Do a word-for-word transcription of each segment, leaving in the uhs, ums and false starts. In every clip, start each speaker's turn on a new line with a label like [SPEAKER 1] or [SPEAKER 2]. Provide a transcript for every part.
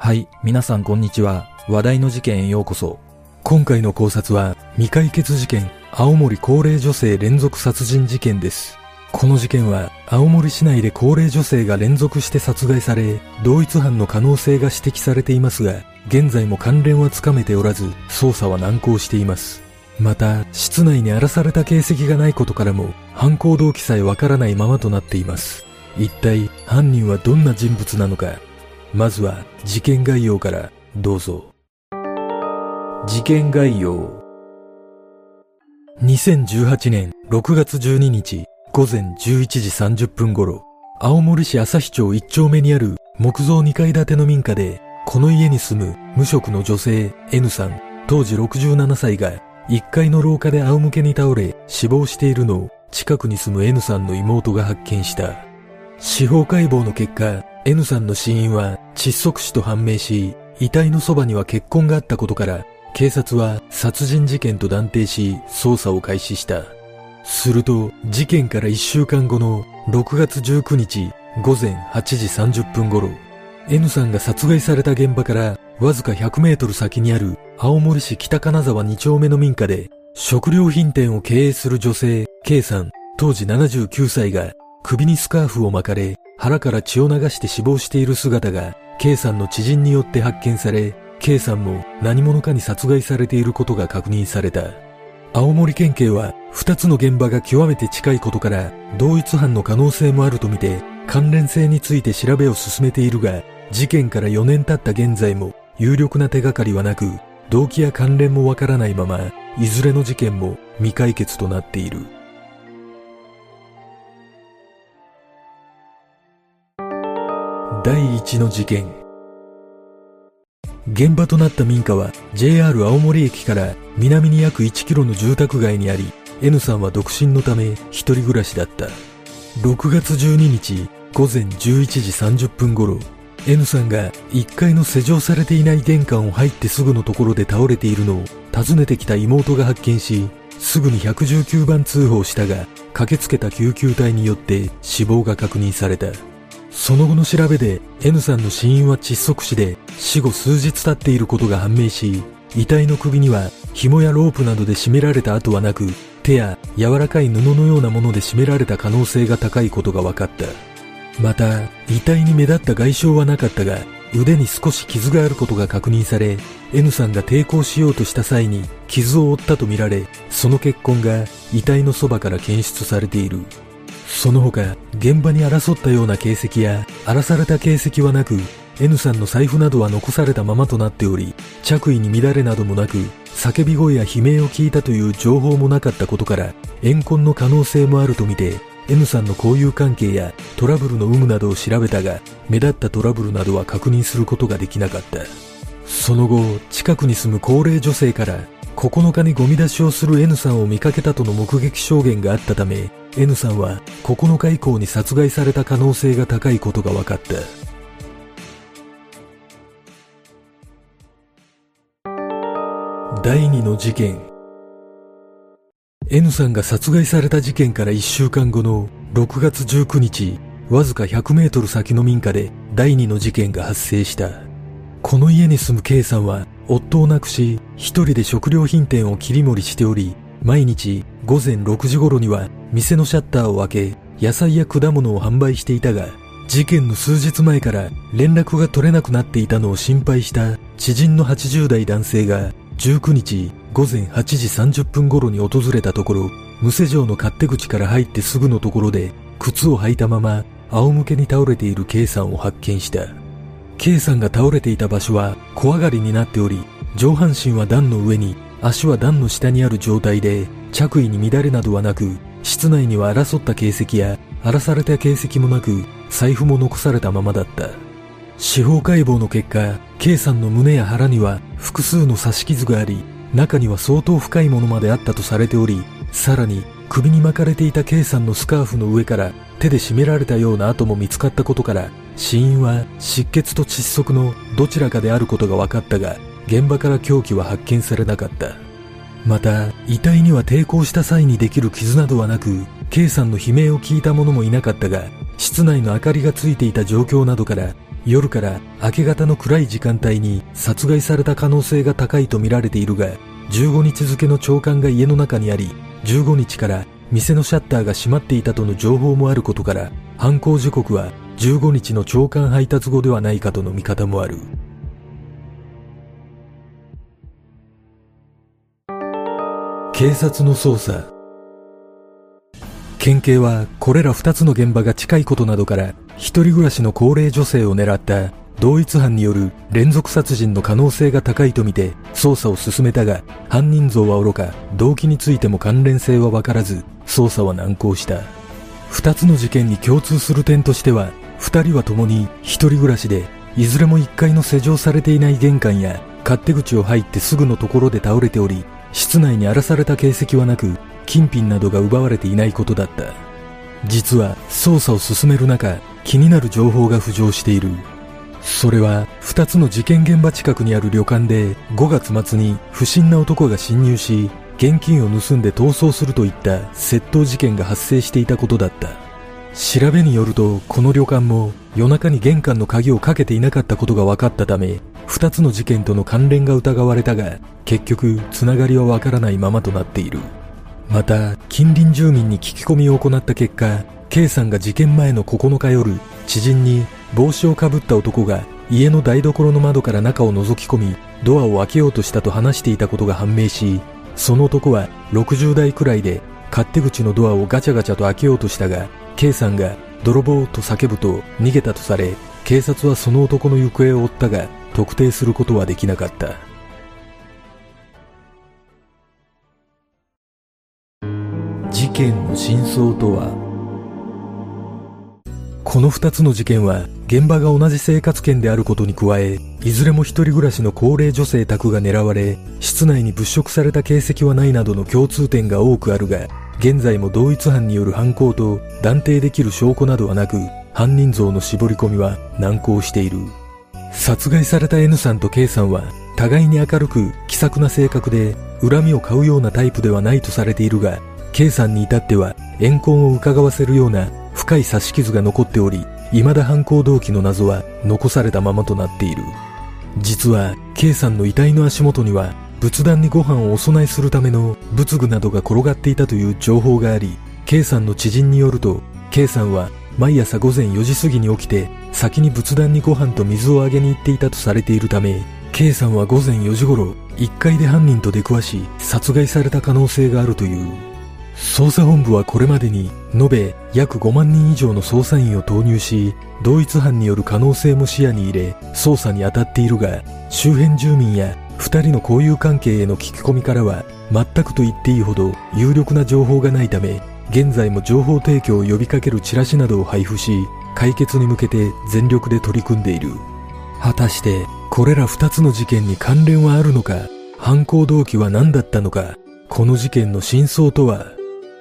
[SPEAKER 1] はい、皆さんこんにちは。話題の事件へようこそ。今回の考察は未解決事件、青森高齢女性連続殺人事件です。この事件は青森市内で高齢女性が連続して殺害され、同一犯の可能性が指摘されていますが、現在も関連はつかめておらず、捜査は難航しています。また、室内に荒らされた形跡がないことからも、犯行動機さえわからないままとなっています。一体、犯人はどんな人物なのか。まずは、事件概要からどうぞ。事件概要。にせんじゅうはちねんろくがつじゅうににち午前じゅういちじさんじゅっぷん頃、青森市旭町いっちょうめにある木造にかい建ての民家で、この家に住む無職の女性 N さん、当時ろくじゅうななさいがいっかいの廊下で仰向けに倒れ死亡しているのを近くに住む N さんの妹が発見した。司法解剖の結果、N さんの死因は窒息死と判明し、遺体のそばには血痕があったことから、警察は殺人事件と断定し捜査を開始した。すると事件からいっしゅうかんごのろくがつじゅうくにち午前はちじさんじゅっぷん頃、N さんが殺害された現場からわずかひゃくメートル先にある青森市北金沢にちょうめの民家で、食料品店を経営する女性 K さん、当時ななじゅうきゅうさいが首にスカーフを巻かれ腹から血を流して死亡している姿が K さんの知人によって発見され、K さんも何者かに殺害されていることが確認された。青森県警はふたつの現場が極めて近いことから同一犯の可能性もあるとみて関連性について調べを進めているが、事件からよねん経った現在も有力な手がかりはなく、動機や関連もわからないまま、いずれの事件も未解決となっている。だいいちの事件。現場となった民家は ジェイアール 青森駅から南に約いちキロの住宅街にあり、N さんは独身のため一人暮らしだった。ろくがつじゅうににち午前じゅういちじさんじゅっぷん頃、N さんがいっかいの施錠されていない玄関を入ってすぐのところで倒れているのを訪ねてきた妹が発見し、すぐにひゃくじゅうきゅうばん通報したが、駆けつけた救急隊によって死亡が確認された。その後の調べで N さんの死因は窒息死で、死後数日経っていることが判明し、遺体の首には紐やロープなどで絞められた跡はなく、手や柔らかい布のようなもので絞められた可能性が高いことが分かった。また、遺体に目立った外傷はなかったが、腕に少し傷があることが確認され、N さんが抵抗しようとした際に傷を負ったとみられ、その血痕が遺体のそばから検出されている。その他、現場に争ったような形跡や荒らされた形跡はなく、N さんの財布などは残されたままとなっており、着衣に乱れなどもなく、叫び声や悲鳴を聞いたという情報もなかったことから、怨恨の可能性もあるとみて、N さんの交友関係やトラブルの有無などを調べたが、目立ったトラブルなどは確認することができなかった。その後、近くに住む高齢女性から、ここのかにゴミ出しをする N さんを見かけたとの目撃証言があったため、N さんはここのか以降に殺害された可能性が高いことが分かった。だいにの事件。N さんが殺害された事件からいっしゅうかんごのろくがつじゅうくにち、わずかひゃくメートル先の民家でだいにの事件が発生した。この家に住む K さんは夫を亡くし、一人で食料品店を切り盛りしており、毎日ごぜんろくじ頃には店のシャッターを開け、野菜や果物を販売していたが、事件の数日前から連絡が取れなくなっていたのを心配した知人のはちじゅうだい男性がじゅうくにちごぜんはちじさんじゅっぷん頃に訪れたところ、無施錠の勝手口から入ってすぐのところで靴を履いたまま仰向けに倒れている K さんを発見した。K さんが倒れていた場所は小上がりになっており、上半身は段の上に、足は段の下にある状態で、着衣に乱れなどはなく、室内には争った形跡や荒らされた形跡もなく、財布も残されたままだった。司法解剖の結果、K さんの胸や腹には複数の刺し傷があり、中には相当深いものまであったとされており、さらに首に巻かれていた K さんのスカーフの上から手で絞められたような跡も見つかったことから、死因は失血と窒息のどちらかであることが分かったが、現場から凶器は発見されなかった。また、遺体には抵抗した際にできる傷などはなく、K さんの悲鳴を聞いた者もいなかったが、室内の明かりがついていた状況などから夜から明け方の暗い時間帯に殺害された可能性が高いと見られているが、じゅうごにち付の朝刊が家の中にあり、じゅうごにちから店のシャッターが閉まっていたとの情報もあることから、犯行時刻はじゅうごにちの朝刊配達後ではないかとの見方もある。警察の捜査。県警はこれらふたつの現場が近いことなどから一人暮らしの高齢女性を狙った同一犯による連続殺人の可能性が高いとみて捜査を進めたが、犯人像はおろか動機についても関連性は分からず捜査は難航した。二つの事件に共通する点としては、二人は共に一人暮らしで、いずれも一階の施錠されていない玄関や勝手口を入ってすぐのところで倒れており、室内に荒らされた形跡はなく、金品などが奪われていないことだった。実は捜査を進める中、気になる情報が浮上している。それは二つの事件現場近くにある旅館でごがつ末に不審な男が侵入し、現金を盗んで逃走するといった窃盗事件が発生していたことだった。調べによると、この旅館も夜中に玄関の鍵をかけていなかったことが分かったため、二つの事件との関連が疑われたが、結局つながりは分からないままとなっている。また近隣住民に聞き込みを行った結果、K さんが事件前のここのか夜、知人に帽子をかぶった男が家の台所の窓から中を覗き込み、ドアを開けようとしたと話していたことが判明し、その男はろくじゅうだいくらいで勝手口のドアをガチャガチャと開けようとしたが、K さんが泥棒と叫ぶと逃げたとされ、警察はその男の行方を追ったが特定することはできなかった。事件の真相とは。この二つの事件は現場が同じ生活圏であることに加え、いずれも一人暮らしの高齢女性宅が狙われ、室内に物色された形跡はないなどの共通点が多くあるが、現在も同一犯による犯行と断定できる証拠などはなく、犯人像の絞り込みは難航している。殺害された N さんと K さんは互いに明るく気さくな性格で、恨みを買うようなタイプではないとされているが、K さんに至っては怨恨を伺わせるような深い刺し傷が残っており、未だ犯行動機の謎は残されたままとなっている。実は K さんの遺体の足元には仏壇にご飯をお供えするための仏具などが転がっていたという情報があり、 K さんの知人によると、 K さんは毎朝午前よじ過ぎに起きて先に仏壇にご飯と水をあげに行っていたとされているため、 K さんは午前よじ頃いっかいで犯人と出くわし殺害された可能性があるという。捜査本部はこれまでに延べ約ごまんにん以上の捜査員を投入し、同一犯による可能性も視野に入れ捜査に当たっているが、周辺住民や二人の交友関係への聞き込みからは全くと言っていいほど有力な情報がないため、現在も情報提供を呼びかけるチラシなどを配布し、解決に向けて全力で取り組んでいる。果たしてこれら二つの事件に関連はあるのか、犯行動機は何だったのか、この事件の真相とは。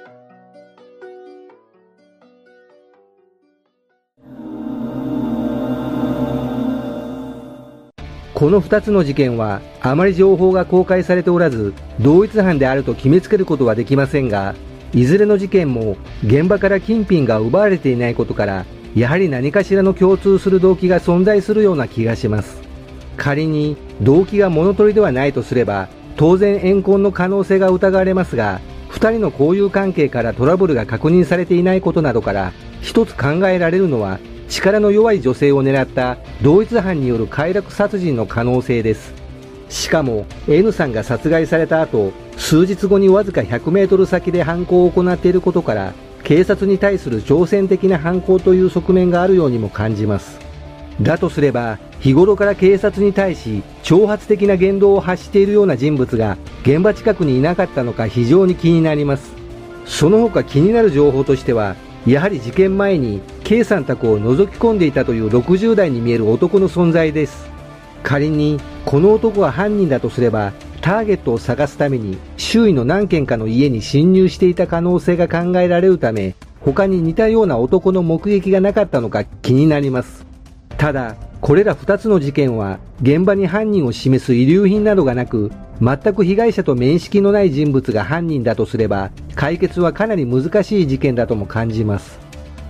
[SPEAKER 2] このふたつの事件はあまり情報が公開されておらず、同一犯であると決めつけることはできませんが、いずれの事件も現場から金品が奪われていないことから、やはり何かしらの共通する動機が存在するような気がします。仮に動機が物取りではないとすれば、当然怨恨の可能性が疑われますが、ふたりの交友関係からトラブルが確認されていないことなどから、一つ考えられるのは、力の弱い女性を狙った同一犯による快楽殺人の可能性です。しかも N さんが殺害された後、数日後にわずかひゃくメートル先で犯行を行っていることから、警察に対する挑戦的な犯行という側面があるようにも感じます。だとすれば、日頃から警察に対し挑発的な言動を発しているような人物が現場近くにいなかったのか非常に気になります。その他気になる情報としては、やはり事件前に K さん宅を覗き込んでいたというろくじゅうだいに見える男の存在です。仮にこの男が犯人だとすれば、ターゲットを探すために周囲の何軒かの家に侵入していた可能性が考えられるため、他に似たような男の目撃がなかったのか気になります。ただこれらふたつの事件は現場に犯人を示す遺留品などがなく、全く被害者と面識のない人物が犯人だとすれば、解決はかなり難しい事件だとも感じます。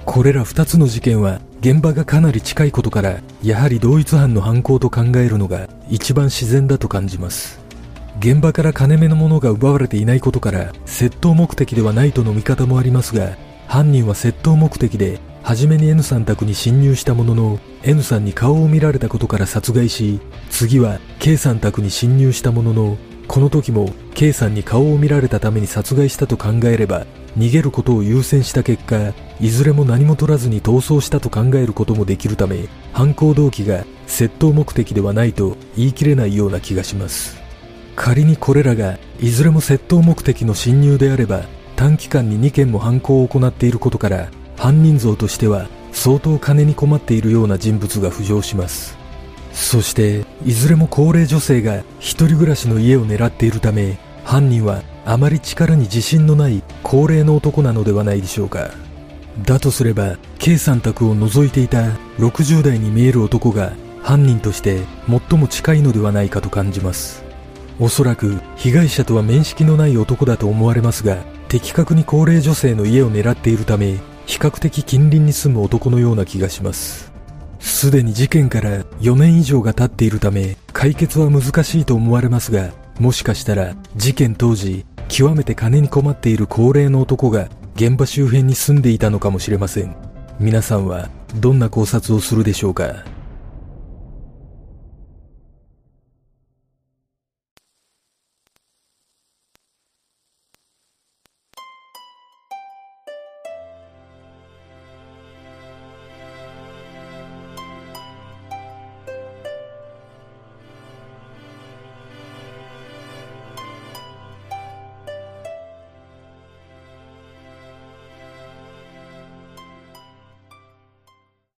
[SPEAKER 1] これらふたつの事件は現場がかなり近いことから、やはり同一犯の犯行と考えるのが一番自然だと感じます。現場から金目のものが奪われていないことから窃盗目的ではないとの見方もありますが、犯人は窃盗目的で初めに N さん宅に侵入したものの N さんに顔を見られたことから殺害し、次は K さん宅に侵入したもののこの時も K さんに顔を見られたために殺害したと考えれば、逃げることを優先した結果、いずれも何も取らずに逃走したと考えることもできるため、犯行動機が窃盗目的ではないと言い切れないような気がします。仮にこれらがいずれも窃盗目的の侵入であれば、短期間ににけんも犯行を行っていることから、犯人像としては相当金に困っているような人物が浮上します。そしていずれも高齢女性が一人暮らしの家を狙っているため、犯人はあまり力に自信のない高齢の男なのではないでしょうか。だとすれば K さん宅を覗いていたろくじゅう代に見える男が犯人として最も近いのではないかと感じます。おそらく被害者とは面識のない男だと思われますが、的確に高齢女性の家を狙っているため、比較的近隣に住む男のような気がします。すでに事件からよねん以上が経っているため、解決は難しいと思われますが、もしかしたら事件当時、極めて金に困っている高齢の男が現場周辺に住んでいたのかもしれません。皆さんはどんな考察をするでしょうか。